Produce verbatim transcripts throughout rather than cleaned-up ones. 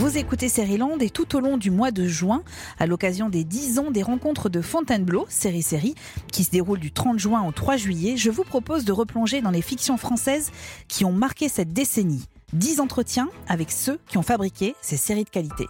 Vous écoutez Seriland et tout au long du mois de juin, à l'occasion des dix ans des rencontres de Fontainebleau, série série, qui se déroule du trente juin au trois juillet, je vous propose de replonger dans les fictions françaises qui ont marqué cette décennie. dix entretiens avec ceux qui ont fabriqué ces séries de qualité.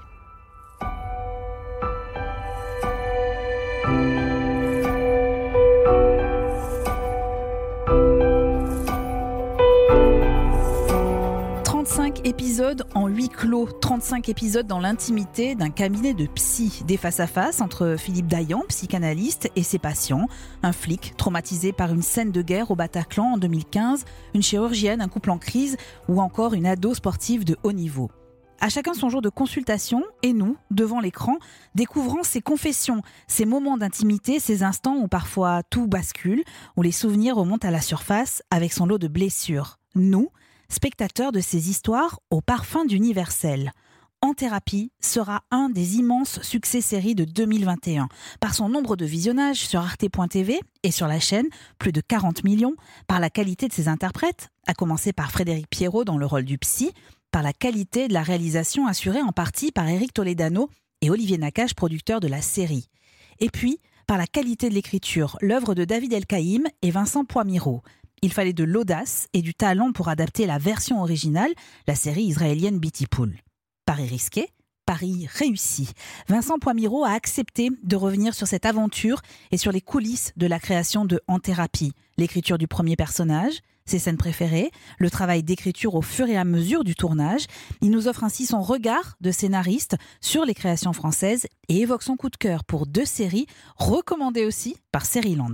trente-cinq épisodes en huis clos, trente-cinq épisodes dans l'intimité d'un cabinet de psy, des face-à-face entre Philippe Dayan, psychanalyste, et ses patients, un flic traumatisé par une scène de guerre au Bataclan en deux mille quinze, une chirurgienne, un couple en crise ou encore une ado sportive de haut niveau. À chacun son jour de consultation, et nous, devant l'écran, découvrant ces confessions, ces moments d'intimité, ces instants où parfois tout bascule, où les souvenirs remontent à la surface avec son lot de blessures. Nous, spectateurs de ces histoires au parfum d'universel. En thérapie sera un des immenses succès séries de deux mille vingt et un. Par son nombre de visionnages sur arte point t v et sur la chaîne, plus de quarante millions, par la qualité de ses interprètes, à commencer par Frédéric Pierrot dans le rôle du psy, par la qualité de la réalisation assurée en partie par Éric Toledano et Olivier Nakache, producteur de la série. Et puis, par la qualité de l'écriture, l'œuvre de David El-Kaïm et Vincent Poimiro. Il fallait de l'audace et du talent pour adapter la version originale, la série israélienne Beauty Pool. Pari risqué, pari réussi. Vincent Poimiro a accepté de revenir sur cette aventure et sur les coulisses de la création de En Thérapie. L'écriture du premier personnage, ses scènes préférées, le travail d'écriture au fur et à mesure du tournage. Il nous offre ainsi son regard de scénariste sur les créations françaises et évoque son coup de cœur pour deux séries, recommandées aussi par Seriland.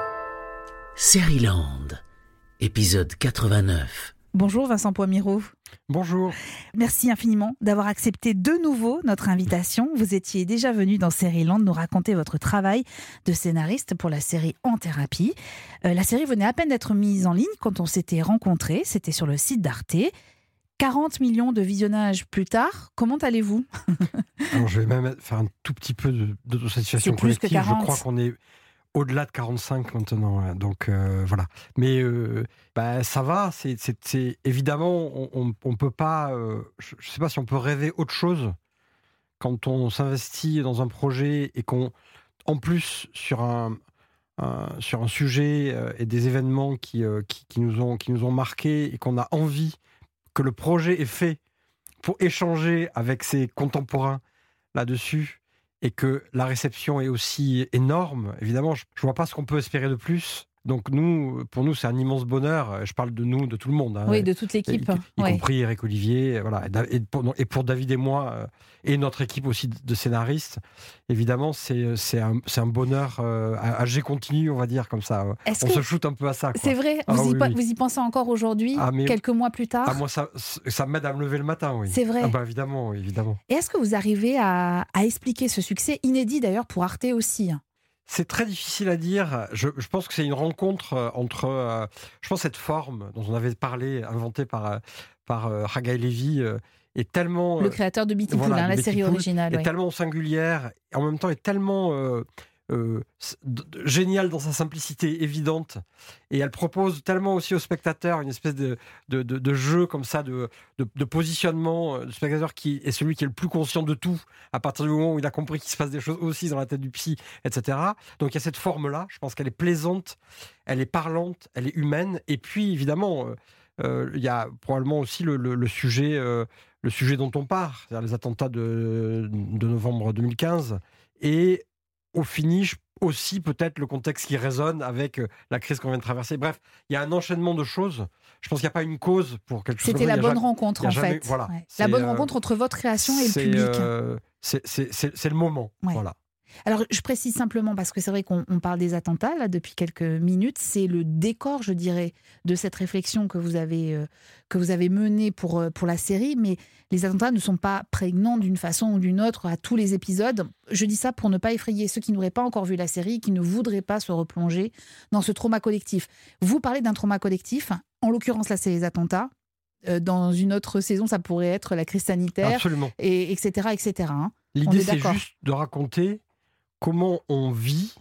Seriland, épisode quatre-vingt-neuf. Bonjour Vincent Poimiro. Bonjour. Merci infiniment d'avoir accepté de nouveau notre invitation. Vous étiez déjà venu dans Seriland nous raconter votre travail de scénariste pour la série En Thérapie. Euh, la série venait à peine d'être mise en ligne quand on s'était rencontrés. C'était sur le site d'Arte. quarante millions de visionnages plus tard, comment allez-vous ? Alors, je vais même faire un tout petit peu de, de satisfaction C'est plus collective. que quarante. Je crois qu'on est au-delà de quarante-cinq maintenant, donc euh, voilà. Mais euh, bah, ça va, c'est, c'est, c'est évidemment, on ne peut pas, euh, je ne sais pas si on peut rêver autre chose quand on s'investit dans un projet et qu'on, en plus, sur un, un, sur un sujet euh, et des événements qui, euh, qui, qui, nous ont, qui nous ont marqués et qu'on a envie que le projet est fait pour échanger avec ses contemporains là-dessus, et que la réception est aussi énorme, évidemment, je ne vois pas ce qu'on peut espérer de plus. Donc nous, pour nous, c'est un immense bonheur. Je parle de nous, de tout le monde. Hein, oui, de toute l'équipe. Y, y ouais. compris Eric Olivier. Voilà, et, pour, et pour David et moi, et notre équipe aussi de scénaristes, évidemment, c'est, c'est, un, c'est un bonheur euh, à, à G continu, on va dire, comme ça. Est-ce on que... se shoot un peu à ça. Quoi. C'est vrai, ah, vous, y, oui, oui. vous y pensez encore aujourd'hui, ah, mais... quelques mois plus tard ? ah, Moi, ça, ça m'aide à me lever le matin, oui. C'est vrai. Ah, bah, évidemment, évidemment. Et est-ce que vous arrivez à, à expliquer ce succès inédit, d'ailleurs, pour Arte aussi ? C'est très difficile à dire. Je, je pense que c'est une rencontre entre, euh, je pense, cette forme dont on avait parlé, inventée par, par euh, Haggai Levy, euh, est tellement... Le créateur de Beauty Pool, voilà, hein, la série Pool, originale. est ouais. tellement singulière, et en même temps est tellement euh, euh, géniale dans sa simplicité évidente. Et elle propose tellement aussi aux spectateurs une espèce de, de, de, de jeu comme ça, de, de, de positionnement du spectateur qui est celui qui est le plus conscient de tout, à partir du moment où il a compris qu'il se passe des choses aussi dans la tête du psy, et cetera. Donc il y a cette forme-là, je pense qu'elle est plaisante, elle est parlante, elle est humaine. Et puis évidemment, euh, euh, il y a probablement aussi le, le, le, sujet, euh, le sujet dont on part, c'est-à-dire les attentats de, de novembre deux mille quinze. Et au finish, aussi peut-être le contexte qui résonne avec la crise qu'on vient de traverser. Bref, il y a un enchaînement de choses. Je pense qu'il n'y a pas une cause pour quelque chose. C'était la bonne jamais, rencontre, en jamais, fait. Voilà, ouais. La bonne euh, rencontre entre votre création et le public. Euh, c'est, c'est, c'est, c'est le moment. Ouais. Voilà. Alors, je précise simplement, parce que c'est vrai qu'on on parle des attentats, là, depuis quelques minutes, c'est le décor, je dirais, de cette réflexion que vous avez, euh, que vous avez menée pour, pour la série, mais les attentats ne sont pas prégnants d'une façon ou d'une autre à tous les épisodes. Je dis ça pour ne pas effrayer ceux qui n'auraient pas encore vu la série, qui ne voudraient pas se replonger dans ce trauma collectif. Vous parlez d'un trauma collectif, en l'occurrence, là, c'est les attentats. Euh, dans une autre saison, ça pourrait être la crise sanitaire, Absolument. Et, etc., et cetera. Hein. L'idée, c'est juste de raconter comment on vit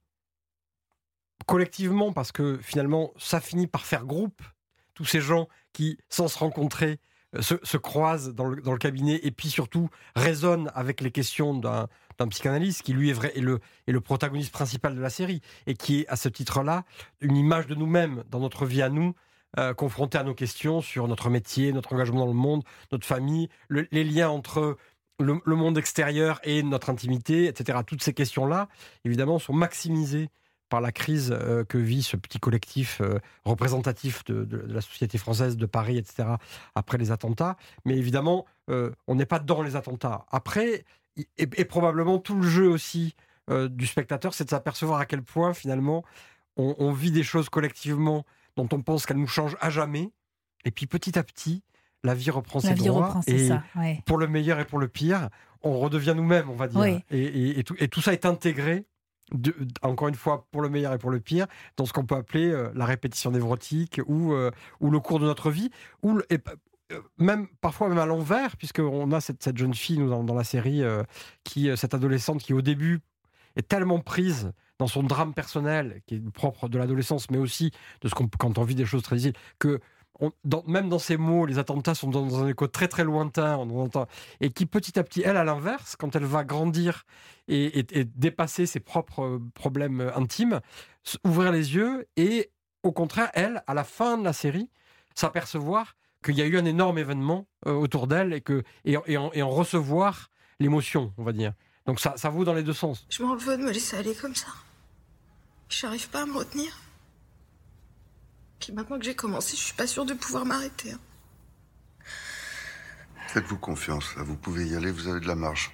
collectivement, parce que finalement, ça finit par faire groupe. Tous ces gens qui, sans se rencontrer, se, se croisent dans le, dans le cabinet et puis surtout résonnent avec les questions d'un, d'un psychanalyste qui lui est, vrai, est, le, est le protagoniste principal de la série et qui est à ce titre-là une image de nous-mêmes dans notre vie à nous, euh, confrontés à nos questions sur notre métier, notre engagement dans le monde, notre famille, le, les liens entre le, le monde extérieur et notre intimité, et cetera. Toutes ces questions-là, évidemment, sont maximisées par la crise euh, que vit ce petit collectif euh, représentatif de, de, de la société française, de Paris, et cetera, après les attentats. Mais évidemment, euh, on n'est pas dans les attentats. Après, et, et probablement tout le jeu aussi euh, du spectateur, c'est de s'apercevoir à quel point, finalement, on, on vit des choses collectivement dont on pense qu'elles nous changent à jamais. Et puis, petit à petit, la vie reprend La ses vie droits. reprend, c'est Et ça, ouais. pour le meilleur et pour le pire, on redevient nous-mêmes, on va dire. Oui. Et, et, et, tout, et tout ça est intégré, De, encore une fois, pour le meilleur et pour le pire, dans ce qu'on peut appeler euh, la répétition névrotique ou, euh, ou le cours de notre vie, ou le, et, euh, même parfois même à l'envers, puisqu'on a cette, cette jeune fille nous, dans, dans la série, euh, qui, cette adolescente qui au début est tellement prise dans son drame personnel, qui est propre de l'adolescence, mais aussi de ce qu'on, quand on vit des choses très difficiles, que on, dans, même dans ses mots, les attentats sont dans, dans un écho très très lointain, on entend, et qui petit à petit, elle à l'inverse, quand elle va grandir et, et, et dépasser ses propres problèmes intimes, ouvrir les yeux et au contraire, elle, à la fin de la série, s'apercevoir qu'il y a eu un énorme événement euh, autour d'elle et, que, et, et, en, et en recevoir l'émotion, on va dire. Donc ça, ça vaut dans les deux sens. Je m'en veux de me laisser aller comme ça. Je n'arrive pas à me retenir. Puis maintenant que j'ai commencé, je suis pas sûre de pouvoir m'arrêter. Faites-vous confiance, là, vous pouvez y aller, vous avez de la marge.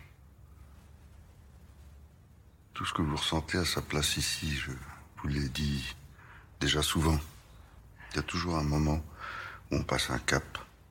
Tout ce que vous ressentez à sa place ici, je vous l'ai dit déjà souvent. Il y a toujours un moment où on passe un cap,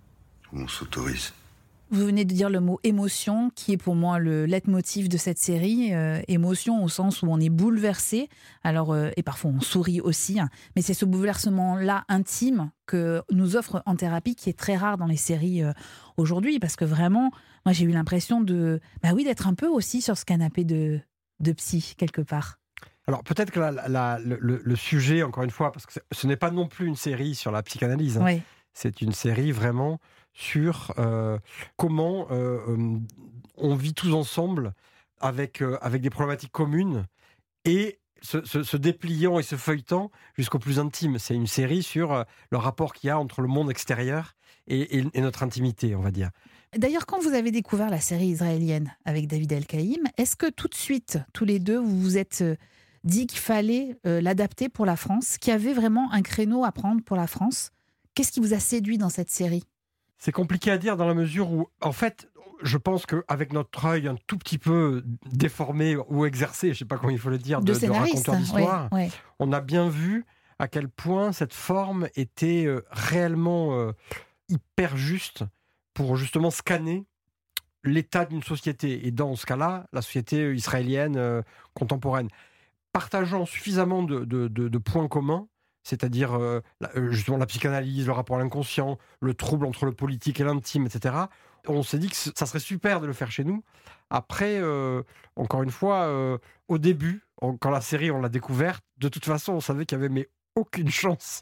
où on s'autorise. Vous venez de dire le mot émotion, qui est pour moi le leitmotiv de cette série. Euh, émotion au sens où on est bouleversé, alors, euh, et parfois on sourit aussi, hein, mais c'est ce bouleversement-là intime que nous offre En Thérapie, qui est très rare dans les séries euh, aujourd'hui, parce que vraiment, moi j'ai eu l'impression de, bah oui, d'être un peu aussi sur ce canapé de, de psy, quelque part. Alors peut-être que la, la, le, le sujet, encore une fois, parce que ce n'est pas non plus une série sur la psychanalyse, hein, oui. C'est une série vraiment sur euh, comment euh, euh, on vit tous ensemble avec, euh, avec des problématiques communes et se, se, se dépliant et se feuilletant jusqu'au plus intime. C'est une série sur euh, le rapport qu'il y a entre le monde extérieur et, et, et notre intimité, on va dire. D'ailleurs, quand vous avez découvert la série israélienne avec David El-Kaïm, est-ce que tout de suite, tous les deux, vous vous êtes dit qu'il fallait euh, l'adapter pour la France, qu'il y avait vraiment un créneau à prendre pour la France ? Qu'est-ce qui vous a séduit dans cette série ? C'est compliqué à dire dans la mesure où, en fait, je pense qu'avec notre œil un tout petit peu déformé ou exercé, je ne sais pas comment il faut le dire, de, de, de raconteur d'histoire, ouais, ouais. On a bien vu à quel point cette forme était euh, réellement euh, hyper juste pour justement scanner l'état d'une société. Et dans ce cas-là, la société israélienne euh, contemporaine. Partageant suffisamment de, de, de, de points communs, c'est-à-dire euh, justement la psychanalyse, le rapport à l'inconscient, le trouble entre le politique et l'intime, et cetera. On s'est dit que ça serait super de le faire chez nous. Après, euh, encore une fois, euh, au début, on, quand la série, on l'a découverte, de toute façon, on savait qu'il n'y avait mais aucune chance,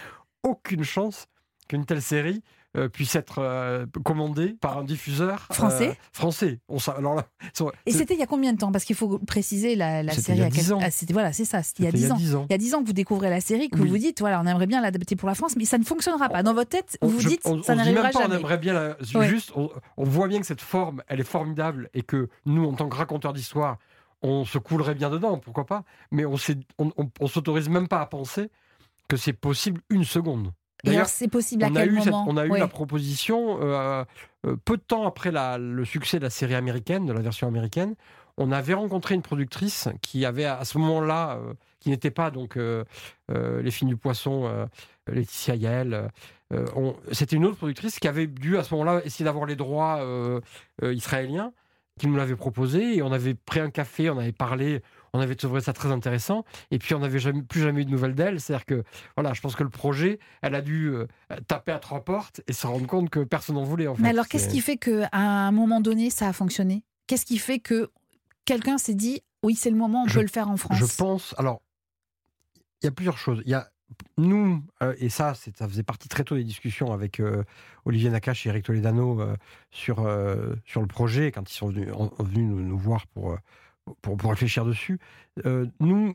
aucune chance qu'une telle série euh, puisse être euh, commandée par un diffuseur français. Euh, français. On, alors là, et c'était il y a combien de temps ? Parce qu'il faut préciser la, la c'était série. Il y a dix ans. Ah, c'était, voilà, c'est ça. C'était, c'était il y a dix ans. ans. Il y a dix ans que vous découvrez la série, que oui. vous vous dites, voilà, on aimerait bien l'adapter pour la France, mais ça ne fonctionnera pas. Dans votre tête, vous on, vous je, dites, on, ça on n'arrivera dit même pas, jamais. On aimerait bien, la, ouais. juste, on, on voit bien que cette forme, elle est formidable et que nous, en tant que raconteurs d'histoire, on se coulerait bien dedans, pourquoi pas. Mais on, on, on, on s'autorise même pas à penser que c'est possible une seconde. D'ailleurs, c'est possible à on quel a eu moment cette, On a eu ouais. la proposition, euh, euh, peu de temps après la, le succès de la série américaine, de la version américaine, on avait rencontré une productrice qui avait à ce moment-là, euh, qui n'était pas donc euh, euh, Les Filles du Poisson, euh, Laetitia Yael. Euh, on, c'était une autre productrice qui avait dû à ce moment-là essayer d'avoir les droits euh, euh, israéliens, qui nous l'avait proposé, et on avait pris un café, on avait parlé. On avait trouvé ça très intéressant, et puis on n'avait jamais, plus jamais eu de nouvelles d'elle. C'est-à-dire que, voilà, je pense que le projet, elle a dû euh, taper à trois portes et se rendre compte que personne n'en voulait. En fait. Mais alors, c'est... qu'est-ce qui fait qu'à un moment donné, ça a fonctionné ? Qu'est-ce qui fait que quelqu'un s'est dit, oui, c'est le moment, on je, peut le faire en France ? Je pense, alors, il y a plusieurs choses. Il y a nous, euh, et ça, c'est, ça faisait partie très tôt des discussions avec euh, Olivier Nakache et Eric Toledano euh, sur, euh, sur le projet, quand ils sont venus, en, venus nous, nous voir pour, pour, pour réfléchir dessus. Euh, nous,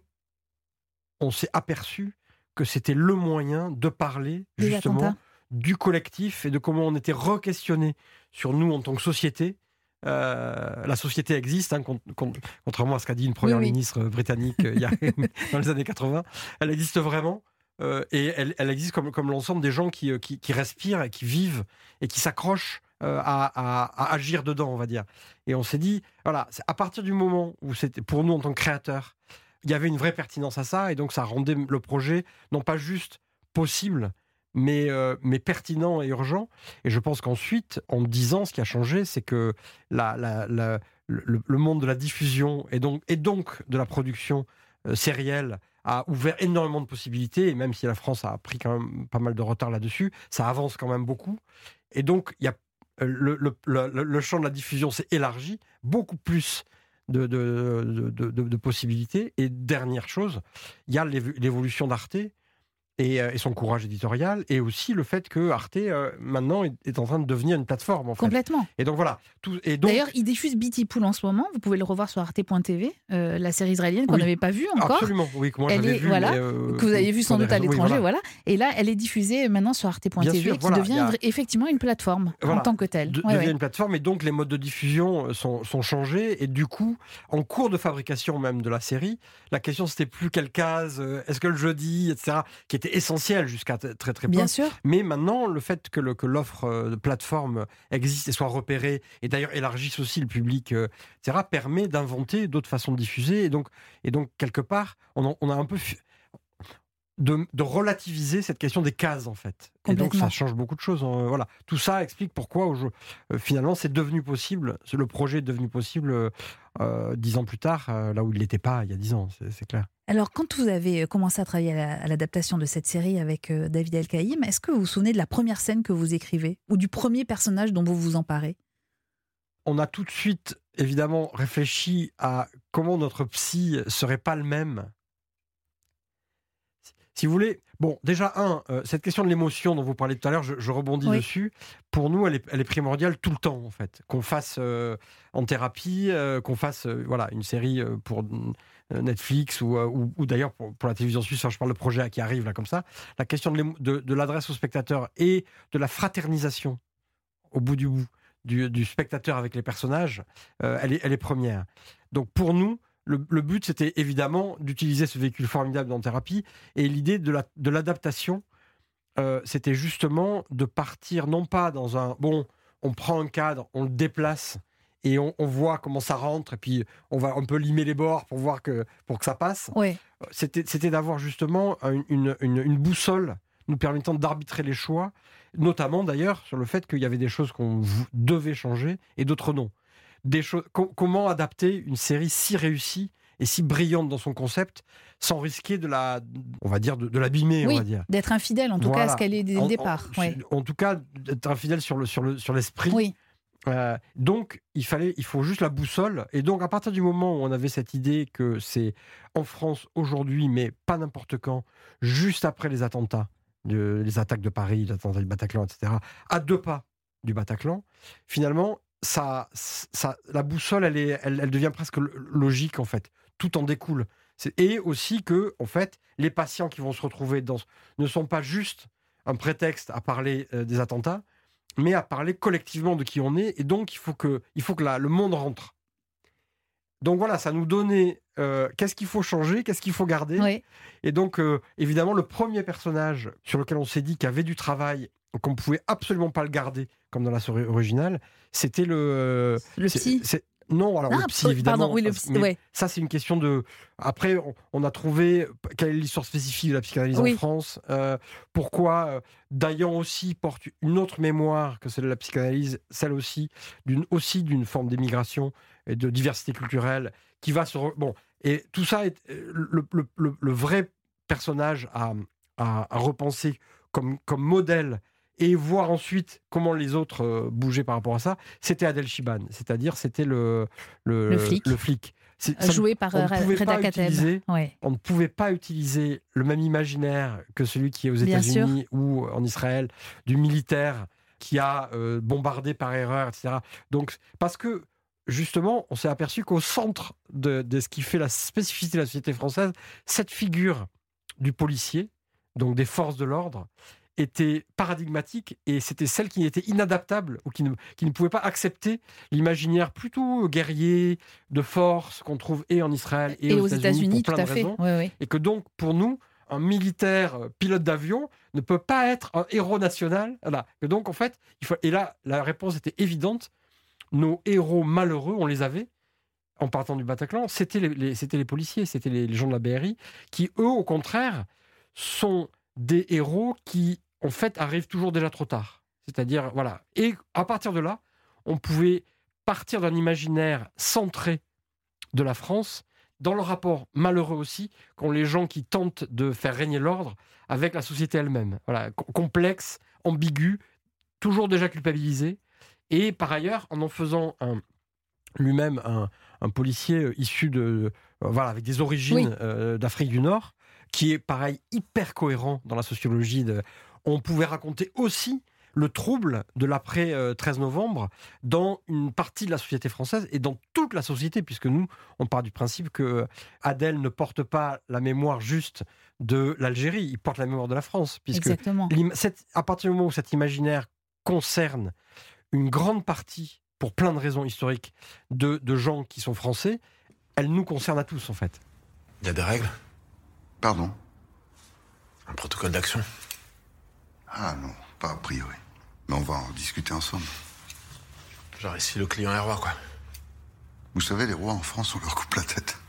on s'est aperçu que c'était le moyen de parler Des justement attentats. du collectif et de comment on était re-questionné sur nous en tant que société. Euh, la société existe, hein, con- con- contrairement à ce qu'a dit une première Oui, oui. ministre britannique euh, il y a, dans les années quatre-vingts. Elle existe vraiment euh, et elle, elle existe comme, comme l'ensemble des gens qui, euh, qui, qui respirent et qui vivent et qui s'accrochent euh, à, à- à agir dedans, on va dire. Et on s'est dit, voilà, c'est à partir du moment où c'était pour nous en tant que créateurs, il y avait une vraie pertinence à ça et donc ça rendait le projet non pas juste possible, mais, euh, mais pertinent et urgent. Et je pense qu'ensuite, en dix ans, ce qui a changé, c'est que la, la- la- le, le monde de la diffusion et donc, et donc de la production euh, sérielle a ouvert énormément de possibilités. Et même si la France a pris quand même pas mal de retard là-dessus, ça avance quand même beaucoup. Et donc, il y a, euh, le, le- le- le champ de la diffusion s'est élargi, beaucoup plus de, de, de- de- de- de possibilités. Et dernière chose, il y a l'évo- l'évolution d'Arte et, euh, et son courage éditorial, et aussi le fait que Arte, euh, maintenant, est, est en train de devenir une plateforme, en fait. Complètement. Et donc, voilà. Tout, et donc, D'ailleurs, il diffuse Beauty Pool en ce moment. Vous pouvez le revoir sur arte point t v, euh, la série israélienne qu'on Oui. n'avait pas vue encore. absolument, oui, que moi Elle j'avais est- vu. voilà, mais, euh, Que vous avez vu sans pour des doute à raisons- oui, l'étranger, voilà. voilà. Et là, elle est diffusée maintenant sur arte point t v, Bien sûr, qui voilà, il y devient a- effectivement une plateforme Voilà. en tant que telle. de- Ouais, devient ouais. une plateforme, et donc les modes de diffusion sont, sont changés, et du coup, en cours de fabrication même de la série, la question c'était plus quelle case, euh, est-ce que le jeudi, et cetera, qui était essentiel jusqu'à t- très très peu. Bien sûr. Mais maintenant, le fait que, le, que l'offre euh, de plateforme existe et soit repérée, et d'ailleurs élargisse aussi le public, euh, et cetera, permet d'inventer d'autres façons de diffuser. Et donc, et donc quelque part, on, en- on a un peu fu- de, de relativiser cette question des cases, en fait. Et donc, Complètement. ça change beaucoup de choses. hein. Voilà. Tout ça explique pourquoi, au- euh, finalement, c'est devenu possible. c'est- Le projet est devenu possible euh, euh, dix ans plus tard, euh, là où il ne l'était pas il y a dix ans, c'est, c'est clair. Alors, quand vous avez commencé à travailler à, la- à l'adaptation de cette série avec euh, David El-Kaïm, est-ce que vous vous souvenez de la première scène que vous écrivez ou du premier personnage dont vous vous emparez? On a tout de suite, évidemment, réfléchi à comment notre psy serait pas le même. Si vous voulez, bon, déjà, un, euh, cette question de l'émotion dont vous parlez tout à l'heure, je, je rebondis Oui. dessus. Pour nous, elle est, elle est primordiale tout le temps, en fait. Qu'on fasse euh, en thérapie, euh, qu'on fasse euh, voilà, une série euh, pour euh, Netflix ou, euh, ou, ou d'ailleurs pour, pour la télévision suisse, enfin, je parle de projet qui arrive là comme ça. La question de, l'émo- de, de l'adresse au spectateur et de la fraternisation au bout du bout du, du spectateur avec les personnages, euh, elle, est, elle est première. Donc pour nous, le, le but, c'était évidemment d'utiliser ce véhicule formidable dans thérapie. Et l'idée de, la, de l'adaptation, euh, c'était justement de partir, non pas dans un... Bon, on prend un cadre, on le déplace, et on, on voit comment ça rentre, et puis on va un peu limer les bords pour voir que, pour que ça passe. Ouais. C'était, c'était d'avoir justement une, une, une, une boussole nous permettant d'arbitrer les choix, notamment d'ailleurs sur le fait qu'il y avait des choses qu'on v- devait changer et d'autres non. Des choses, com- comment adapter une série si réussie et si brillante dans son concept sans risquer de la, on va dire, de, de l'abîmer, Oui, on va dire. d'être infidèle en tout cas à Voilà. ce qu'elle est dès le En- départ. En, Ouais. en tout cas, d'être infidèle sur, le, sur, le, sur l'esprit. Oui, Euh, donc, il fallait, il faut juste la boussole. Et donc, à partir du moment où on avait cette idée que c'est en France aujourd'hui, mais pas n'importe quand, juste après les attentats, de- les attaques de Paris, les attentats du Bataclan, et cetera, à deux pas du Bataclan, finalement, ça, ça, la boussole, elle, est, elle, elle devient presque logique, en fait. Tout en découle. C'est, et aussi que, en fait, les patients qui vont se retrouver dans, ne sont pas juste un prétexte à parler euh, des attentats, mais à parler collectivement de qui on est, et donc il faut que, il faut que la, le monde rentre. Donc voilà, ça nous donnait euh, qu'est-ce qu'il faut changer, qu'est-ce qu'il faut garder. oui. Et donc, euh, évidemment, le premier personnage sur lequel on s'est dit qu'il y avait du travail, qu'on ne pouvait absolument pas le garder, comme dans la série originale, c'était le... euh, Le c'est- psy. c'est- Non, alors Ah, le psy, pardon, évidemment. oui, le parce- psy, mais ouais. Ça, c'est une question de... Après, on, on a trouvé quelle est l'histoire spécifique de la psychanalyse Oui. en France. euh, pourquoi euh, Dayan aussi porte une autre mémoire que celle de la psychanalyse, celle aussi d'une, aussi d'une forme d'émigration et de diversité culturelle qui va se... re- Bon, et tout ça, est, euh, le, le- le- le vrai personnage à, à, à repenser comme, comme modèle et voir ensuite comment les autres euh, bougeaient par rapport à ça, c'était Adel Chiban, c'est-à-dire c'était le, le, Le flic. Le flic. C'est, ça, Joué par on ne pouvait Reda pas Kateb. utiliser- Ouais. On ne pouvait pas utiliser le même imaginaire que celui qui est aux Bien États-Unis ou en Israël, du militaire qui a euh, bombardé par erreur, et cetera. Donc, parce que, justement, on s'est aperçu qu'au centre de, de ce qui fait la spécificité de la société française, cette figure du policier, donc des forces de l'ordre, était paradigmatique et c'était celle qui était inadaptable ou qui ne, qui ne pouvait pas accepter l'imaginaire plutôt guerrier, de force qu'on trouve et en Israël et, Et aux, aux États-Unis, pour tout plein à de fait. raisons. Ouais, ouais. Et que donc, pour nous, un militaire euh, pilote d'avion ne peut pas être un héros national. Voilà. Et donc, en fait, il faut... et là, la réponse était évidente. Nos héros malheureux, on les avait, en partant du Bataclan, c'était les, les- c'était les policiers, c'était les, les gens de la B R I, qui, eux, au contraire, sont des héros qui, en fait, arrivent toujours déjà trop tard. C'est-à-dire, voilà. Et à partir de là, on pouvait partir d'un imaginaire centré de la France, dans le rapport malheureux aussi, qu'ont les gens qui tentent de faire régner l'ordre avec la société elle-même. Voilà, com- complexe, ambigu, toujours déjà culpabilisé. Et par ailleurs, en en faisant un, lui-même un, un policier euh, issu de, euh, voilà, avec des origines Oui. euh, d'Afrique du Nord, qui est pareil hyper cohérent dans la sociologie. De, on pouvait raconter aussi le trouble de l'après euh, treize novembre dans une partie de la société française et dans toute la société, puisque nous, on part du principe que Adel ne porte pas la mémoire juste de l'Algérie, il porte la mémoire de la France, puisque Exactement. l'im- cette- à partir du moment où cet imaginaire concerne une grande partie, pour plein de raisons historiques, de, de gens qui sont français, elle nous concerne à tous, en fait. Il y a des règles, Pardon? un protocole d'action. Ah non, pas a priori. Mais on va en discuter ensemble. Genre ici, le client est roi, quoi. Vous savez, les rois en France, on leur coupe la tête.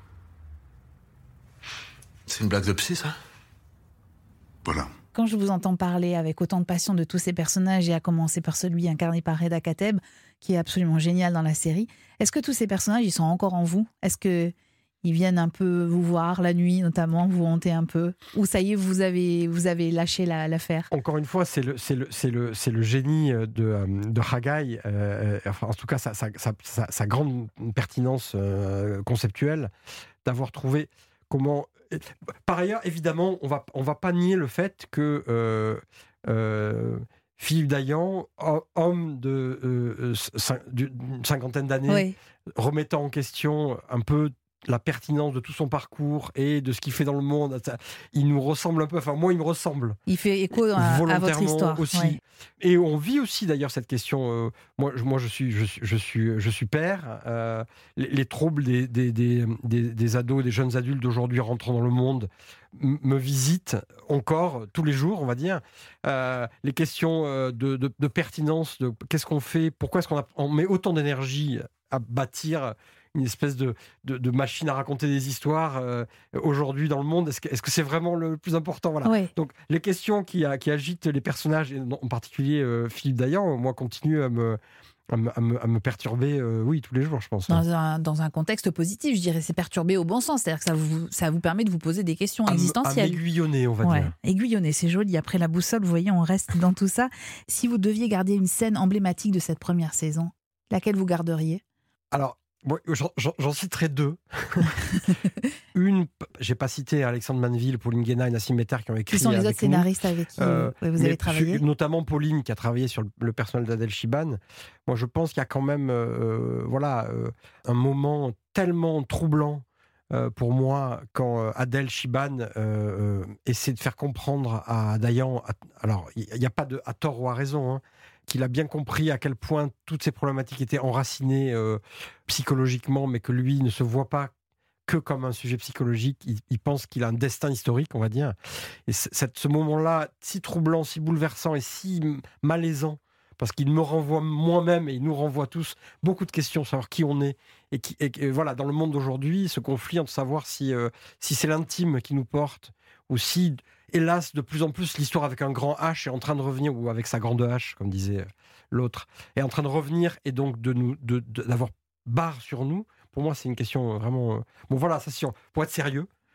C'est une blague de psy, ça? Voilà. Quand je vous entends parler avec autant de passion de tous ces personnages, et à commencer par celui incarné par Reda Kateb, qui est absolument génial dans la série, est-ce que tous ces personnages, ils sont encore en vous? Est-ce que ils viennent un peu vous voir la nuit, notamment, vous hanter un peu? Ou ça y est, vous avez, vous avez lâché la- l'affaire? Encore une fois, c'est le, c'est le, c'est le, c'est le génie de, euh, de Haggai, euh, enfin, en tout cas, sa, sa, sa, sa- sa grande pertinence euh, conceptuelle, d'avoir trouvé comment... Par ailleurs, évidemment, on va, on va pas nier le fait que euh, euh, Philippe Dayan, ho- homme de, euh, cin- d'une cinquantaine d'années, Oui. remettant en question un peu la pertinence de tout son parcours et de ce qu'il fait dans le monde, ça- il nous ressemble un peu, enfin moi il me ressemble Il fait écho à, à votre volontairement histoire. aussi. Ouais. Et on vit aussi d'ailleurs cette question. euh, moi, je, moi, je suis, je suis, je suis, je suis père. euh, les, les troubles des, des, des, des, des ados, des jeunes adultes d'aujourd'hui rentrant dans le monde m- me visitent encore tous les jours, on va dire. Euh, les questions euh, de, de, de pertinence, de qu'est-ce qu'on fait, pourquoi est-ce qu'on a- on met autant d'énergie à bâtir une espèce de, de, de machine à raconter des histoires euh, aujourd'hui dans le monde. Est-ce que, est-ce que c'est vraiment le plus important? Voilà. Ouais. Donc, les questions qui, a- qui agitent les personnages, et en particulier euh, Philippe Dayan, moi, continuent à me, à me, à me, à me perturber, euh, oui, tous les jours, je pense. Dans un, dans un contexte positif, je dirais, c'est perturbé au bon sens. C'est-à-dire que ça vous, ça vous permet de vous poser des questions À me- À existentielles. m'aiguillonner, on va Ouais, dire. aiguillonner, c'est joli. Après la boussole, vous voyez, on reste dans tout ça. Si vous deviez garder une scène emblématique de cette première saison, laquelle vous garderiez? Alors, moi, j'en, j'en- j'en citerai deux. Une, j'ai pas cité Alexandre Manville, Pauline Guéna et Nassim Metter qui ont écrit Qui sont les avec autres nous. scénaristes avec qui Euh, ouais, vous mais avez travaillé? sur- notamment Pauline qui a travaillé sur le, le personnage d'Adel Chiban. Moi, je pense qu'il y a quand même euh, voilà, euh, un moment tellement troublant euh, pour moi quand euh, Adel Chiban euh, euh, essaie de faire comprendre à Dayan, à- alors il n'y a pas de à tort ou à raison, hein, qu'il a bien compris à quel point toutes ces problématiques étaient enracinées euh, psychologiquement, mais que lui ne se voit pas que comme un sujet psychologique. Il, il pense qu'il a un destin historique, on va dire. Et c- cette- ce moment-là, si troublant, si bouleversant et si m- malaisant, parce qu'il me renvoie moi-même et il nous renvoie tous beaucoup de questions, savoir qui on est. Et, qui, et, et voilà, dans le monde d'aujourd'hui, ce conflit entre savoir si, euh, si c'est l'intime qui nous porte ou si, hélas, de plus en plus, l'histoire avec un grand H est en train de revenir, ou avec sa grande H, comme disait euh, l'autre, est en train de revenir et donc de nous, de, de- d'avoir barre sur nous. Pour moi, c'est une question euh, vraiment... euh, Bon, voilà, ça, si on- pour être sérieux,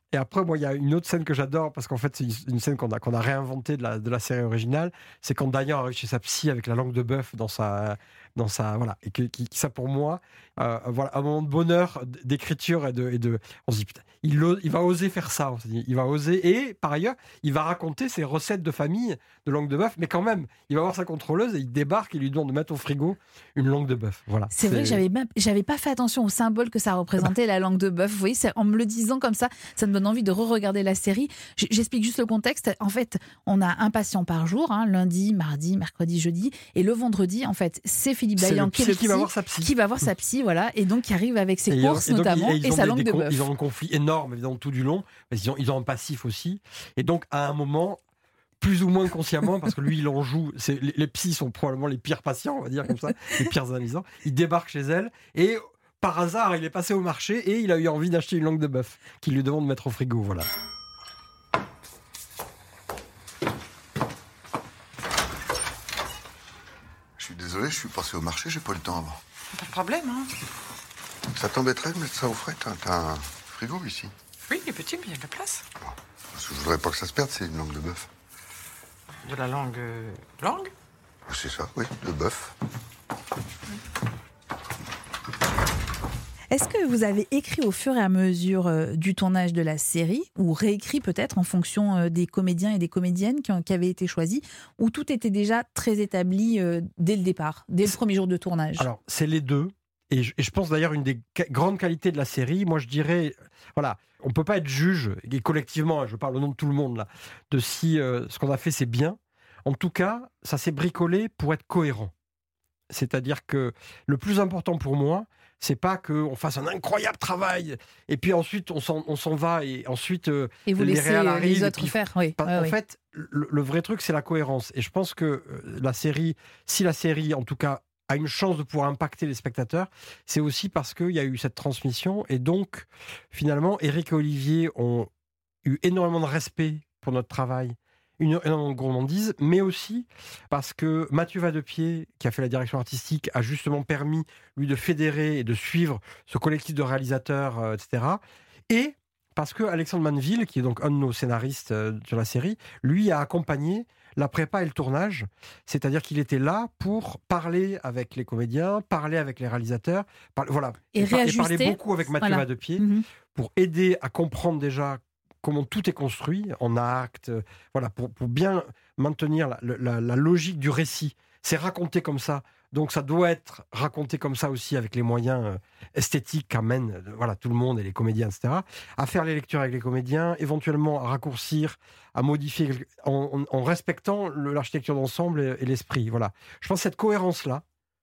Et après, moi, il y a une autre scène que j'adore, parce qu'en fait, c'est une, une scène qu'on a, qu'on a réinventée de la, de la série originale. C'est quand Dayan arrive chez sa psy avec la langue de bœuf dans sa... Dans sa voilà. Et que, qui, ça, pour moi, euh, voilà, un moment de bonheur, d'écriture et de... Et de on se dit, putain, il, il va oser faire ça. On se dit, il va oser. Et, par ailleurs, il va raconter ses recettes de famille de langue de bœuf. Mais quand même, il va voir sa contrôleuse et il débarque et lui demande de mettre au frigo une langue de bœuf. Voilà. C'est, c'est... vrai que j'avais, même, j'avais pas fait attention au symbole que ça représentait, la langue de bœuf. Vous voyez, c'est, en me le disant comme ça, ça me donne envie de re-regarder la série. J'explique juste le contexte. En fait, on a un patient par jour, hein, lundi, mardi, mercredi, jeudi. Et le vendredi, en fait, c'est Philippe Dayan qui, qui va voir sa psy. Qui va voir sa psy, voilà. Et donc, qui arrive avec ses et courses, et donc, notamment, et, et, et sa des, langue des, de bœuf. Ils ont un conflit énorme, évidemment, tout du long. Mais ils ont, ils ont un passif aussi. Et donc, à un moment, plus ou moins consciemment, parce que lui, il en joue. C'est, les, les psys sont probablement les pires patients, on va dire comme ça, les pires analysants. Il débarque chez elle et... Par hasard, il est passé au marché et il a eu envie d'acheter une langue de bœuf qu'il lui demande de mettre au frigo. Voilà. Je suis désolé, je suis passé au marché, j'ai pas eu le temps avant. Pas de problème, hein. Ça t'embêterait de mettre ça au frais? T'as, t'as un frigo ici? Oui, il est petit, mais il y a de la place. Bon, parce que je voudrais pas que ça se perde, c'est une langue de bœuf. De la langue... Euh, langue? C'est ça, oui, de bœuf. Est-ce que vous avez écrit au fur et à mesure euh, du tournage de la série, ou réécrit peut-être en fonction euh, des comédiens et des comédiennes qui, ont, qui avaient été choisis, ou tout était déjà très établi euh, dès le départ, dès le premier jour de tournage? Alors, c'est les deux. Et je, et je pense d'ailleurs une des ca- grandes qualités de la série, moi je dirais, voilà, on ne peut pas être juge, et collectivement, je parle au nom de tout le monde, là, de si euh, ce qu'on a fait c'est bien. En tout cas, ça s'est bricolé pour être cohérent. C'est-à-dire que le plus important pour moi, c'est pas qu'on fasse un incroyable travail et puis ensuite on s'en, on s'en va et ensuite euh, et vous les laissez réals arrivent, les autres puis, faire. Oui. En ouais, oui. fait, le, le vrai truc, c'est la cohérence. Et je pense que euh, la série, si la série, en tout cas, a une chance de pouvoir impacter les spectateurs, c'est aussi parce qu'il y a eu cette transmission. Et donc, finalement, Éric et Olivier ont eu énormément de respect pour notre travail, une énormément de gourmandise, mais aussi parce que Mathieu Vadepied, qui a fait la direction artistique, a justement permis, lui, de fédérer et de suivre ce collectif de réalisateurs, euh, et cetera. Et parce que Alexandre Manville, qui est donc un de nos scénaristes euh, sur la série, lui a accompagné la prépa et le tournage, c'est-à-dire qu'il était là pour parler avec les comédiens, parler avec les réalisateurs, par, voilà, et, et, par, et parler beaucoup avec Mathieu voilà. Vadepied, mm-hmm. pour aider à comprendre déjà comment tout est construit en actes, euh, voilà, pour, pour bien maintenir la, la, la logique du récit. C'est raconté comme ça, donc ça doit être raconté comme ça aussi avec les moyens euh, esthétiques qu'amènent euh, voilà, tout le monde et les comédiens, et cetera. À faire les lectures avec les comédiens, éventuellement à raccourcir, à modifier en, en, en respectant le, l'architecture d'ensemble et, et l'esprit. Voilà. Je pense que cette cohérence-là,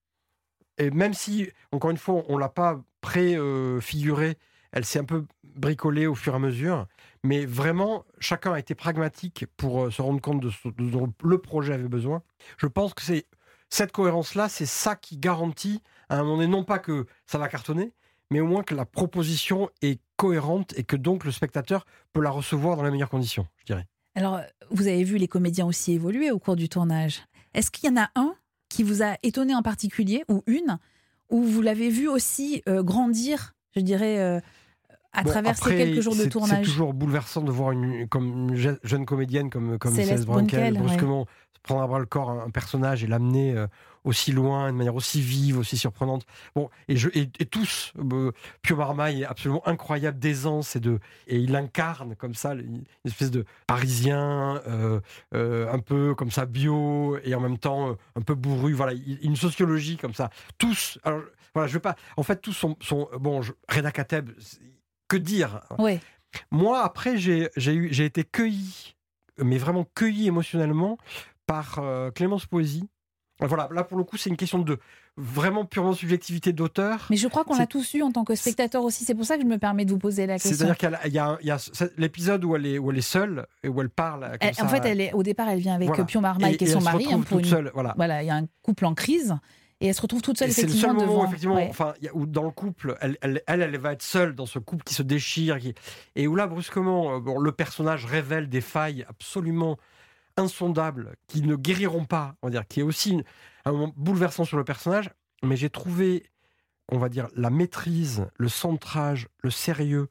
et même si, encore une fois, on ne l'a pas préfigurée, euh, elle s'est un peu bricolée au fur et à mesure, mais vraiment, chacun a été pragmatique pour se rendre compte de ce dont le projet avait besoin. Je pense que c'est cette cohérence-là, c'est ça qui garantit, à un moment donné, non pas que ça va cartonner, mais au moins que la proposition est cohérente et que donc le spectateur peut la recevoir dans les meilleures conditions, je dirais. Alors, vous avez vu les comédiens aussi évoluer au cours du tournage. Est-ce qu'il y en a un qui vous a étonné en particulier, ou une, où vous l'avez vu aussi euh, grandir, je dirais... Euh, à bon, travers après, ces quelques jours de c'est, tournage. C'est toujours bouleversant de voir une, comme une jeune comédienne comme, comme Céleste Brunkel, brusquement ouais. prendre à bras le corps un, un personnage et l'amener euh, aussi loin, de manière aussi vive, aussi surprenante. Bon, et, je, et, et tous, euh, Pio Marmaille est absolument incroyable d'aisance et, de, et il incarne comme ça une espèce de parisien, euh, euh, un peu comme ça bio et en même temps euh, un peu bourru. Voilà, une sociologie comme ça. Tous, alors voilà, je veux pas. En fait, tous sont, sont bon. Je, Reda Kateb. Que dire ouais. Moi, après, j'ai, j'ai, eu, j'ai été cueilli, mais vraiment cueilli émotionnellement par euh, Clémence Poésy. Voilà, là, pour le coup, c'est une question de vraiment purement subjectivité d'auteur. Mais je crois qu'on c'est... l'a tous eu en tant que spectateur aussi. C'est pour ça que je me permets de vous poser la question. C'est-à-dire qu'il y a, il y a, il y a l'épisode où elle est, où elle est seule et où elle parle. Comme elle, ça, en fait, elle est, au départ, elle vient avec voilà. Pio Marmaille, qui est son mari. Hein, pour une... seule, voilà. voilà, il y a un couple en crise. Et elle se retrouve toute seule, et effectivement, c'est le seul devant... moment où, effectivement, ouais. enfin, y a, où dans le couple, elle, elle, elle, elle va être seule dans ce couple qui se déchire, qui... et où là, brusquement, bon, le personnage révèle des failles absolument insondables, qui ne guériront pas, on va dire, qui est aussi une, un moment bouleversant sur le personnage, mais j'ai trouvé, on va dire, la maîtrise, le centrage, le sérieux,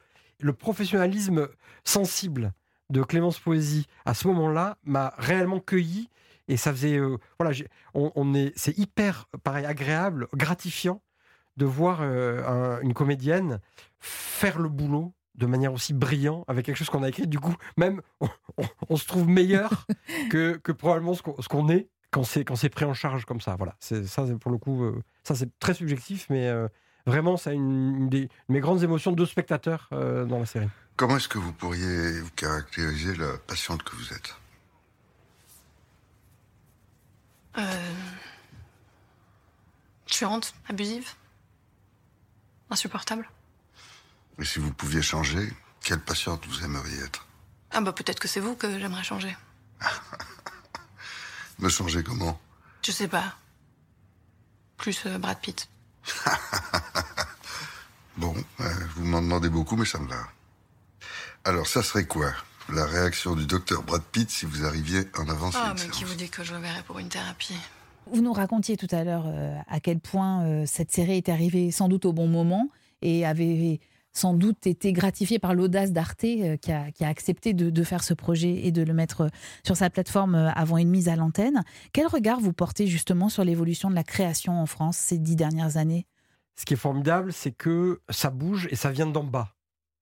le professionnalisme sensible de Clémence Poésy à ce moment-là m'a réellement cueilli. Et ça faisait, euh, voilà, j'ai, on, on est, c'est hyper, pareil, agréable, gratifiant de voir euh, un, une comédienne faire le boulot de manière aussi brillante avec quelque chose qu'on a écrit. Du coup, même, on, on, on se trouve meilleur que, que probablement ce qu'on, ce qu'on est quand c'est, quand c'est pris en charge comme ça. Voilà, c'est, ça, c'est pour le coup, euh, ça c'est très subjectif, mais euh, vraiment, ça a une, une des mes grandes émotions de spectateur euh, dans la série. Comment est-ce que vous pourriez vous caractériser la patiente que vous êtes ? Euh... Chiante, abusive, insupportable. Et si vous pouviez changer, quelle patiente vous aimeriez être ? Ah bah peut-être que c'est vous que j'aimerais changer. Me changer comment ? Je sais pas. Plus euh, Brad Pitt. Bon, euh, vous m'en demandez beaucoup, mais ça me va. Alors, ça serait quoi ? La réaction du docteur Brad Pitt si vous arriviez en avance à Ah une mais séance. qui vous dit que je le verrai pour une thérapie ? Vous nous racontiez tout à l'heure euh, à quel point euh, cette série est arrivée sans doute au bon moment et avait sans doute été gratifiée par l'audace d'Arte euh, qui, a, qui a accepté de, de faire ce projet et de le mettre sur sa plateforme euh, avant une mise à l'antenne. Quel regard vous portez justement sur l'évolution de la création en France ces dix dernières années ? Ce qui est formidable, c'est que ça bouge et ça vient d'en bas.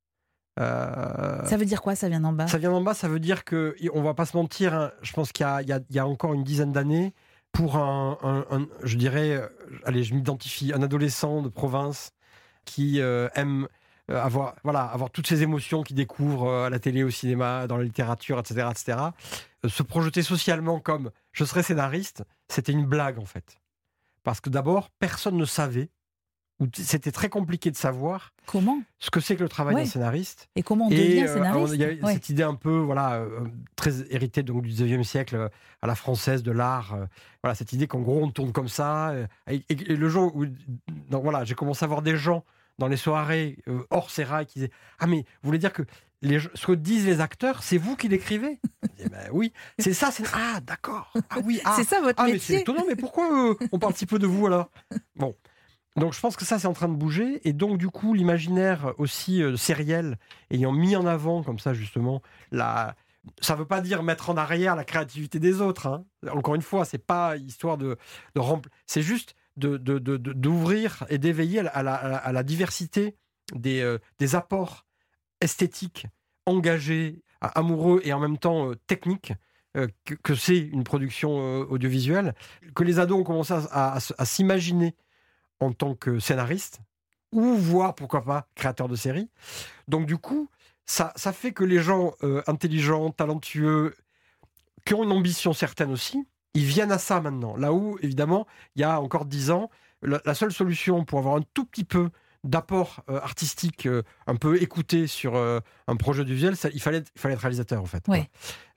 Euh, ça veut dire quoi, ça vient d'en bas ? Ça vient d'en bas, ça veut dire que, on va pas se mentir, hein, je pense qu'il y a, il y a, il y a encore une dizaine d'années, pour un, un, un je dirais, allez, je m'identifie, un adolescent de province qui euh, aime avoir, voilà, avoir toutes ces émotions qu'il découvre euh, à la télé, au cinéma, dans la littérature, et cetera, et cetera. Euh, se projeter socialement comme je serais scénariste, c'était une blague en fait. Parce que d'abord, personne ne savait, ou c'était très compliqué de savoir comment ce que c'est que le travail ouais. d'un scénariste. Et comment on et, devient euh, scénariste. Il y a ouais. cette idée un peu voilà, euh, très héritée donc, du dix-neuvième siècle euh, à la française de l'art. Euh, voilà, cette idée qu'en gros on tourne comme ça. Euh, et, et, et le jour où donc, voilà, j'ai commencé à voir des gens dans les soirées euh, hors sérail qui disaient « Ah mais vous voulez dire que les, ce que disent les acteurs, c'est vous qui l'écrivez ?» Je dis, ben, oui, c'est ça. C'est... Ah d'accord. Ah oui. Ah, c'est ça votre ah, métier. Mais c'est étonnant, mais pourquoi euh, on parle si peu de vous alors ? Bon. Donc je pense que ça c'est en train de bouger et donc du coup l'imaginaire aussi euh, sériel ayant mis en avant comme ça justement la ça veut pas dire mettre en arrière la créativité des autres hein. Encore une fois c'est pas histoire de, de rempl... c'est juste de, de, de, de, d'ouvrir et d'éveiller à la, à la, à la diversité des, euh, des apports esthétiques engagés, amoureux et en même temps euh, techniques euh, que, que c'est une production euh, audiovisuelle, que les ados ont commencé à, à, à s'imaginer en tant que scénariste, ou voire, pourquoi pas, créateur de série. Donc du coup, ça, ça fait que les gens euh, intelligents, talentueux, qui ont une ambition certaine aussi, ils viennent à ça maintenant. Là où, évidemment, il y a encore dix ans, la, la seule solution pour avoir un tout petit peu d'apport euh, artistique euh, un peu écouté sur euh, un projet du visuel, ça, il, fallait, il fallait être réalisateur, en fait. Ouais.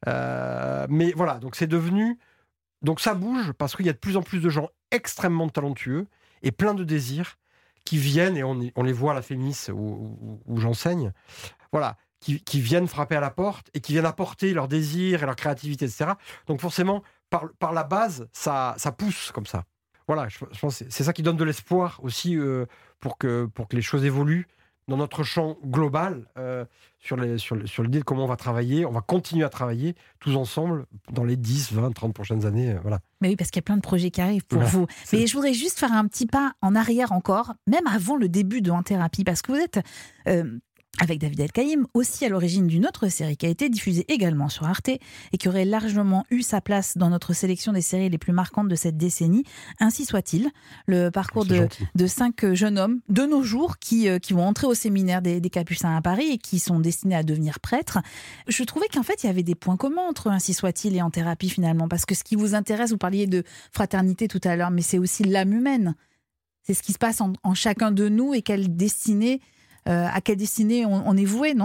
Euh, mais voilà, donc c'est devenu... Donc ça bouge, parce qu'il y a de plus en plus de gens extrêmement talentueux, et plein de désirs qui viennent, et on, on les voit à la Fémis où, où, où j'enseigne, voilà, qui, qui viennent frapper à la porte et qui viennent apporter leurs désirs et leur créativité, et cetera. Donc forcément, par, par la base, ça, ça pousse comme ça. Voilà, je, je pense que c'est ça qui donne de l'espoir aussi euh, pour, que, pour que les choses évoluent dans notre champ global, euh, sur, les, sur, sur l'idée de comment on va travailler. On va continuer à travailler tous ensemble dans les dix, vingt, trente prochaines années. Euh, voilà. Mais oui, parce qu'il y a plein de projets qui arrivent pour Ouais, vous. c'est... Mais je voudrais juste faire un petit pas en arrière encore, même avant le début de En Thérapie, parce que vous êtes... Euh, avec David El-Kaïm, aussi à l'origine d'une autre série qui a été diffusée également sur Arte et qui aurait largement eu sa place dans notre sélection des séries les plus marquantes de cette décennie. Ainsi soit-il, le parcours de, de cinq jeunes hommes de nos jours qui, euh, qui vont entrer au séminaire des, des Capucins à Paris et qui sont destinés à devenir prêtres. Je trouvais qu'en fait, il y avait des points communs entre Ainsi soit-il et En Thérapie finalement, parce que ce qui vous intéresse, vous parliez de fraternité tout à l'heure, mais c'est aussi l'âme humaine. C'est ce qui se passe en, en chacun de nous et quelle destinée Euh, à quelle destinée on, on est voué, non ?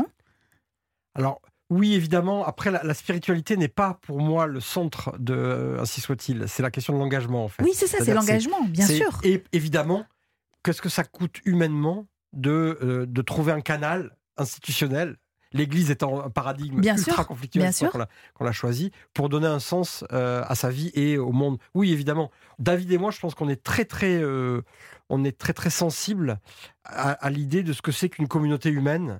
Alors, oui, évidemment. Après, la, la spiritualité n'est pas, pour moi, le centre de euh, Ainsi soit-il. C'est la question de l'engagement, en fait. Oui, c'est ça, c'est, c'est l'engagement, bien c'est, sûr. Et évidemment, qu'est-ce que ça coûte humainement de, euh, de trouver un canal institutionnel, l'Église étant un paradigme bien ultra sûr, conflictuel qu'on a, qu'on a choisi, pour donner un sens euh, à sa vie et au monde. Oui, évidemment. David et moi, je pense qu'on est très, très... Euh, on est très très sensible à, à l'idée de ce que c'est qu'une communauté humaine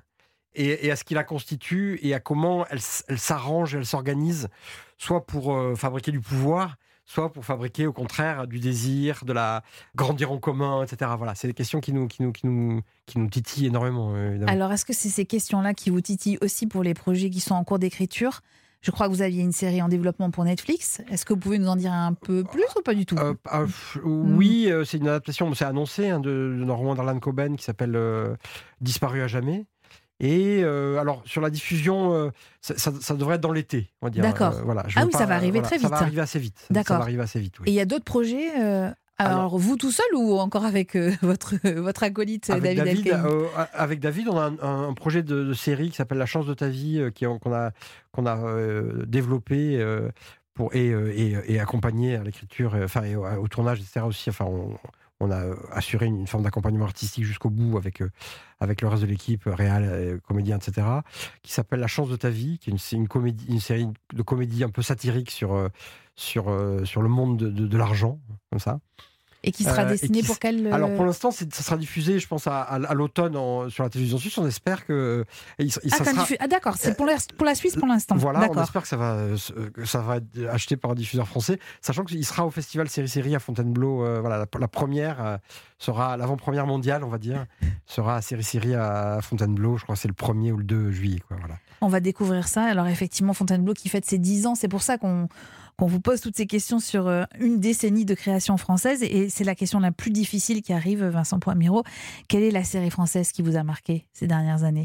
et, et à ce qui la constitue et à comment elle, elle s'arrange et elle s'organise, soit pour euh, fabriquer du pouvoir, soit pour fabriquer au contraire du désir, de la grandir en commun, et cetera. Voilà, c'est des questions qui nous, qui nous, qui nous, qui nous titillent énormément. Évidemment. Alors, est-ce que c'est ces questions-là qui vous titillent aussi pour les projets qui sont en cours d'écriture ? Je crois que vous aviez une série en développement pour Netflix. Est-ce que vous pouvez nous en dire un peu plus ou pas du tout ? euh, euh, Oui, euh, c'est une adaptation, c'est annoncé, hein, de, de roman d'Arlan Coben qui s'appelle euh, Disparu à jamais. Et euh, alors, sur la diffusion, euh, ça, ça, ça devrait être dans l'été, on va dire. D'accord. Euh, voilà, ah oui, pas, ça va arriver voilà, très vite. Ça va arriver assez vite. D'accord. Ça va arriver assez vite, oui. Et il y a d'autres projets euh, alors, alors, vous tout seul ou encore avec euh, votre, votre acolyte avec David, David euh, Avec David, on a un, un, un projet de, de série qui s'appelle La chance de ta vie, euh, qui, qu'on a, qu'on a euh, développé euh, pour, et, et, et accompagné à l'écriture, enfin, et au, au tournage, et cetera aussi. Enfin, on, on a assuré une, une forme d'accompagnement artistique jusqu'au bout avec, euh, avec le reste de l'équipe, réal, euh, comédien, et cetera, qui s'appelle La chance de ta vie, qui est une, une, comédie, une série de comédie un peu satirique sur, euh, sur, euh, sur le monde de, de, de l'argent, comme ça. Et qui sera destiné euh, qui, pour quel... Alors pour l'instant, c'est, ça sera diffusé, je pense, à, à, à l'automne en, sur la télévision suisse. On espère que... Et il, ah, ça sera... diffus... ah d'accord, c'est pour la, pour la Suisse pour l'instant. Voilà, d'accord. On espère que ça, va, que ça va être acheté par un diffuseur français, sachant qu'il sera au festival Série-Série à Fontainebleau. Euh, voilà, la, la première euh, sera, l'avant-première mondiale, on va dire, sera à Série-Série à Fontainebleau. Je crois que c'est le premier ou le deux juillet. Quoi, voilà. On va découvrir ça. Alors effectivement, Fontainebleau qui fête ses dix ans, c'est pour ça qu'on... qu'on vous pose toutes ces questions sur une décennie de création française. Et c'est la question la plus difficile qui arrive, Vincent Poix-Mirault. Quelle est la série française qui vous a marqué ces dernières années ?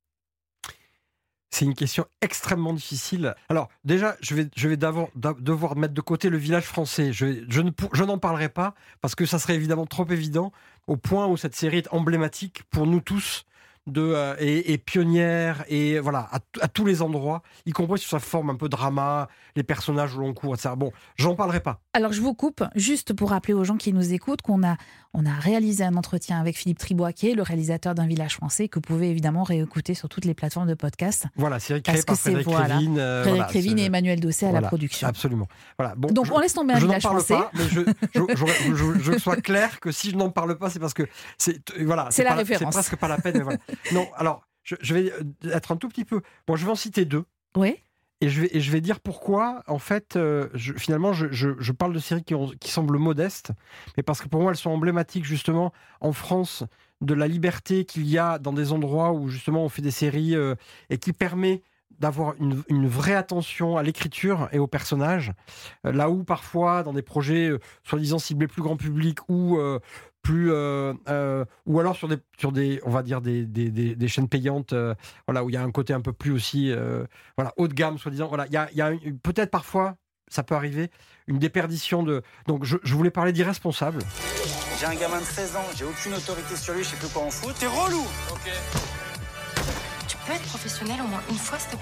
C'est une question extrêmement difficile. Alors, déjà, je vais, je vais devoir mettre de côté le village français. Je, je, ne, je n'en parlerai pas, parce que ça serait évidemment trop évident, au point où cette série est emblématique pour nous tous, de euh, et, et pionnière et voilà à, à tous les endroits, y compris sur sa forme un peu drama, les personnages au long cours, et cetera. Bon, j'en parlerai pas. Alors je vous coupe juste pour rappeler aux gens qui nous écoutent qu'on a on a réalisé un entretien avec Philippe Tribois, qui est le réalisateur d'Un village français, que vous pouvez évidemment réécouter sur toutes les plateformes de podcast. Voilà, série créée par Frédéric voilà, Crévin, euh, Frédéric voilà, Crévin et Emmanuel Dossé à voilà, la production. Absolument. Voilà. Bon, donc je, on laisse tomber Un je village français. Pas, mais je, je, je, je, je sois clair que si je n'en parle pas, c'est parce que c'est voilà, c'est, c'est la pas, référence. C'est presque pas la peine. Mais voilà. Non, alors. Je, je vais être un tout petit peu... Bon, je vais en citer deux. Oui. Et je vais, et je vais dire pourquoi, en fait, euh, je, finalement, je, je, je parle de séries qui, ont, qui semblent modestes, mais parce que pour moi, elles sont emblématiques, justement, en France, de la liberté qu'il y a dans des endroits où, justement, on fait des séries euh, et qui permet d'avoir une, une vraie attention à l'écriture et aux personnages. Euh, là où, parfois, dans des projets euh, soi-disant ciblés plus grand public ou... Euh, plus euh, euh, ou alors sur des sur des on va dire des des, des, des chaînes payantes euh, voilà où il y a un côté un peu plus aussi euh, voilà haut de gamme soi-disant voilà il y a il y a une, peut-être parfois ça peut arriver une déperdition de donc je, je voulais parler d'Irresponsable. J'ai un gamin de seize ans, j'ai aucune autorité sur lui, je sais plus quoi en foutre. T'es relou. Ok. Tu peux être professionnel au moins une fois s'il te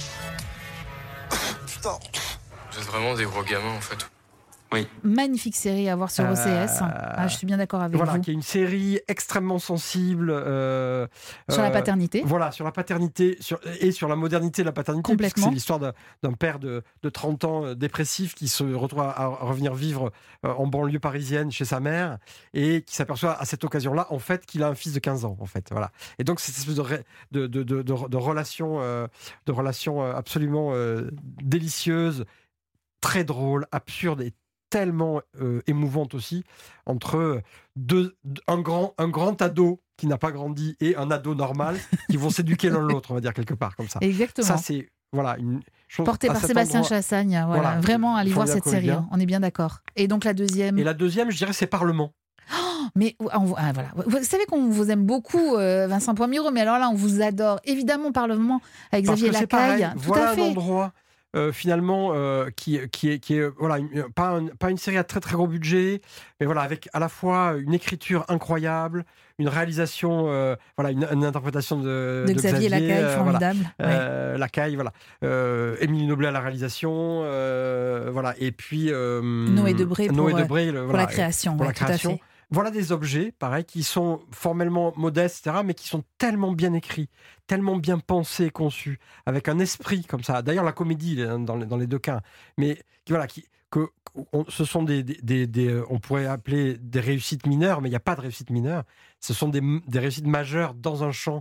plaît? Putain. Vous êtes vraiment des gros gamins en fait. Oui. Magnifique série à voir sur O C S. Euh, ah, je suis bien d'accord avec voilà, vous. Voilà, qui est une série extrêmement sensible. Euh, sur euh, la paternité. Voilà, sur la paternité sur, et sur la modernité de la paternité. Complètement. C'est l'histoire d'un, d'un père de, de trente ans euh, dépressif qui se retrouve à, à revenir vivre euh, en banlieue parisienne chez sa mère et qui s'aperçoit à cette occasion-là, en fait, qu'il a un fils de quinze ans. En fait, voilà. Et donc, c'est cette espèce de, de, de, de, de, de relation, euh, de relation absolument euh, délicieuse, très drôle, absurde et tellement euh, émouvante aussi, entre deux, un, grand, un grand ado qui n'a pas grandi et un ado normal qui vont s'éduquer l'un l'autre, on va dire quelque part comme ça. Exactement. Ça, c'est voilà, une chose porté par Sébastien endroit, Chassagne. Voilà, voilà, vraiment, allez voir cette série. Hein, on est bien d'accord. Et donc la deuxième. Et la deuxième, je dirais, c'est Parlement. Oh, mais on, ah, voilà. Vous savez qu'on vous aime beaucoup, euh, Vincent Poix-Mirault, mais alors là, on vous adore. Évidemment, Parlement avec Xavier Lacaille. Tout voilà à fait. Un endroit. Euh, finalement, euh, qui, qui est, qui est voilà, une, pas, un, pas une série à très très gros budget, mais voilà, avec à la fois une écriture incroyable, une réalisation, euh, voilà, une, une interprétation de, de, de Xavier, Xavier Lacaille, euh, formidable. Voilà. Euh, Lacaille, voilà. Euh, Émilie Noblet à la réalisation, euh, voilà, et puis euh, Noé Debré pour, Noé Debré, le, pour voilà, la création. Pour ouais, la création. Tout à fait. Voilà des objets, pareil, qui sont formellement modestes, et cetera, mais qui sont tellement bien écrits, tellement bien pensés, conçus, avec un esprit comme ça. D'ailleurs, la comédie, dans les, dans les deux cas, mais qui, voilà, qui, que, on, ce sont des, des, des, des, on pourrait appeler des réussites mineures, mais il n'y a pas de réussite mineure. Ce sont des, des réussites majeures dans un champ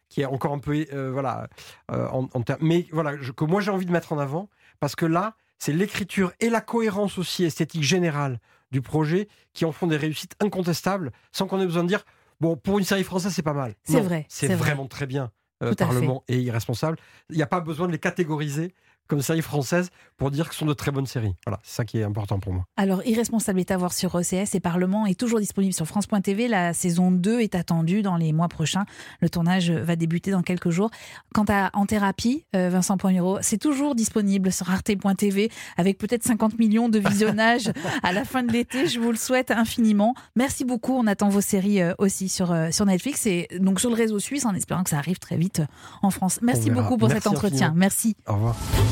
qui est encore un peu, euh, voilà, euh, en, en ter- mais voilà, je, que moi j'ai envie de mettre en avant, parce que là, c'est l'écriture et la cohérence aussi esthétique générale du projet qui en font des réussites incontestables, sans qu'on ait besoin de dire, bon, pour une série française, c'est pas mal. C'est non, vrai. C'est, c'est vraiment vrai. très bien. Euh, Tout à Parlement et Irresponsable. Il n'y a pas besoin de les catégoriser comme séries françaises pour dire que ce sont de très bonnes séries. Voilà, c'est ça qui est important pour moi. Alors, Irresponsable est à voir sur O C S et Parlement est toujours disponible sur France point T V. La saison deux est attendue dans les mois prochains. Le tournage va débuter dans quelques jours. Quant à En Thérapie, euh, Vincent Poirot, c'est toujours disponible sur Arte point T V avec peut-être cinquante millions de visionnages à la fin de l'été. Je vous le souhaite infiniment. Merci beaucoup. On attend vos séries euh, aussi sur, euh, sur Netflix et donc sur le réseau suisse en espérant que ça arrive très vite euh, en France. Merci beaucoup pour Merci cet entretien. infiniment. Merci. Au revoir.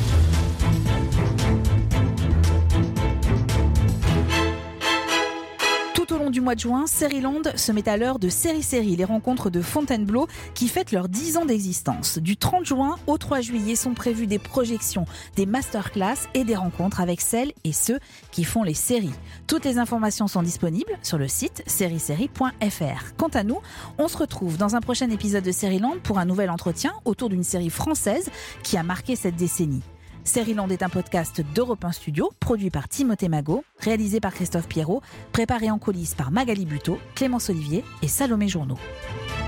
Tout au long du mois de juin, Seriland se met à l'heure de Série Série, les rencontres de Fontainebleau qui fêtent leurs dix ans d'existence. Du trente juin au trois juillet sont prévues des projections, des masterclass et des rencontres avec celles et ceux qui font les séries. Toutes les informations sont disponibles sur le site série série point f r. Quant à nous, on se retrouve dans un prochain épisode de Seriland pour un nouvel entretien autour d'une série française qui a marqué cette décennie. Seriland est un podcast d'Europe un Studio, produit par Timothée Magot, réalisé par Christophe Pierrot, préparé en coulisses par Magali Buteau, Clémence Olivier et Salomé Journeau.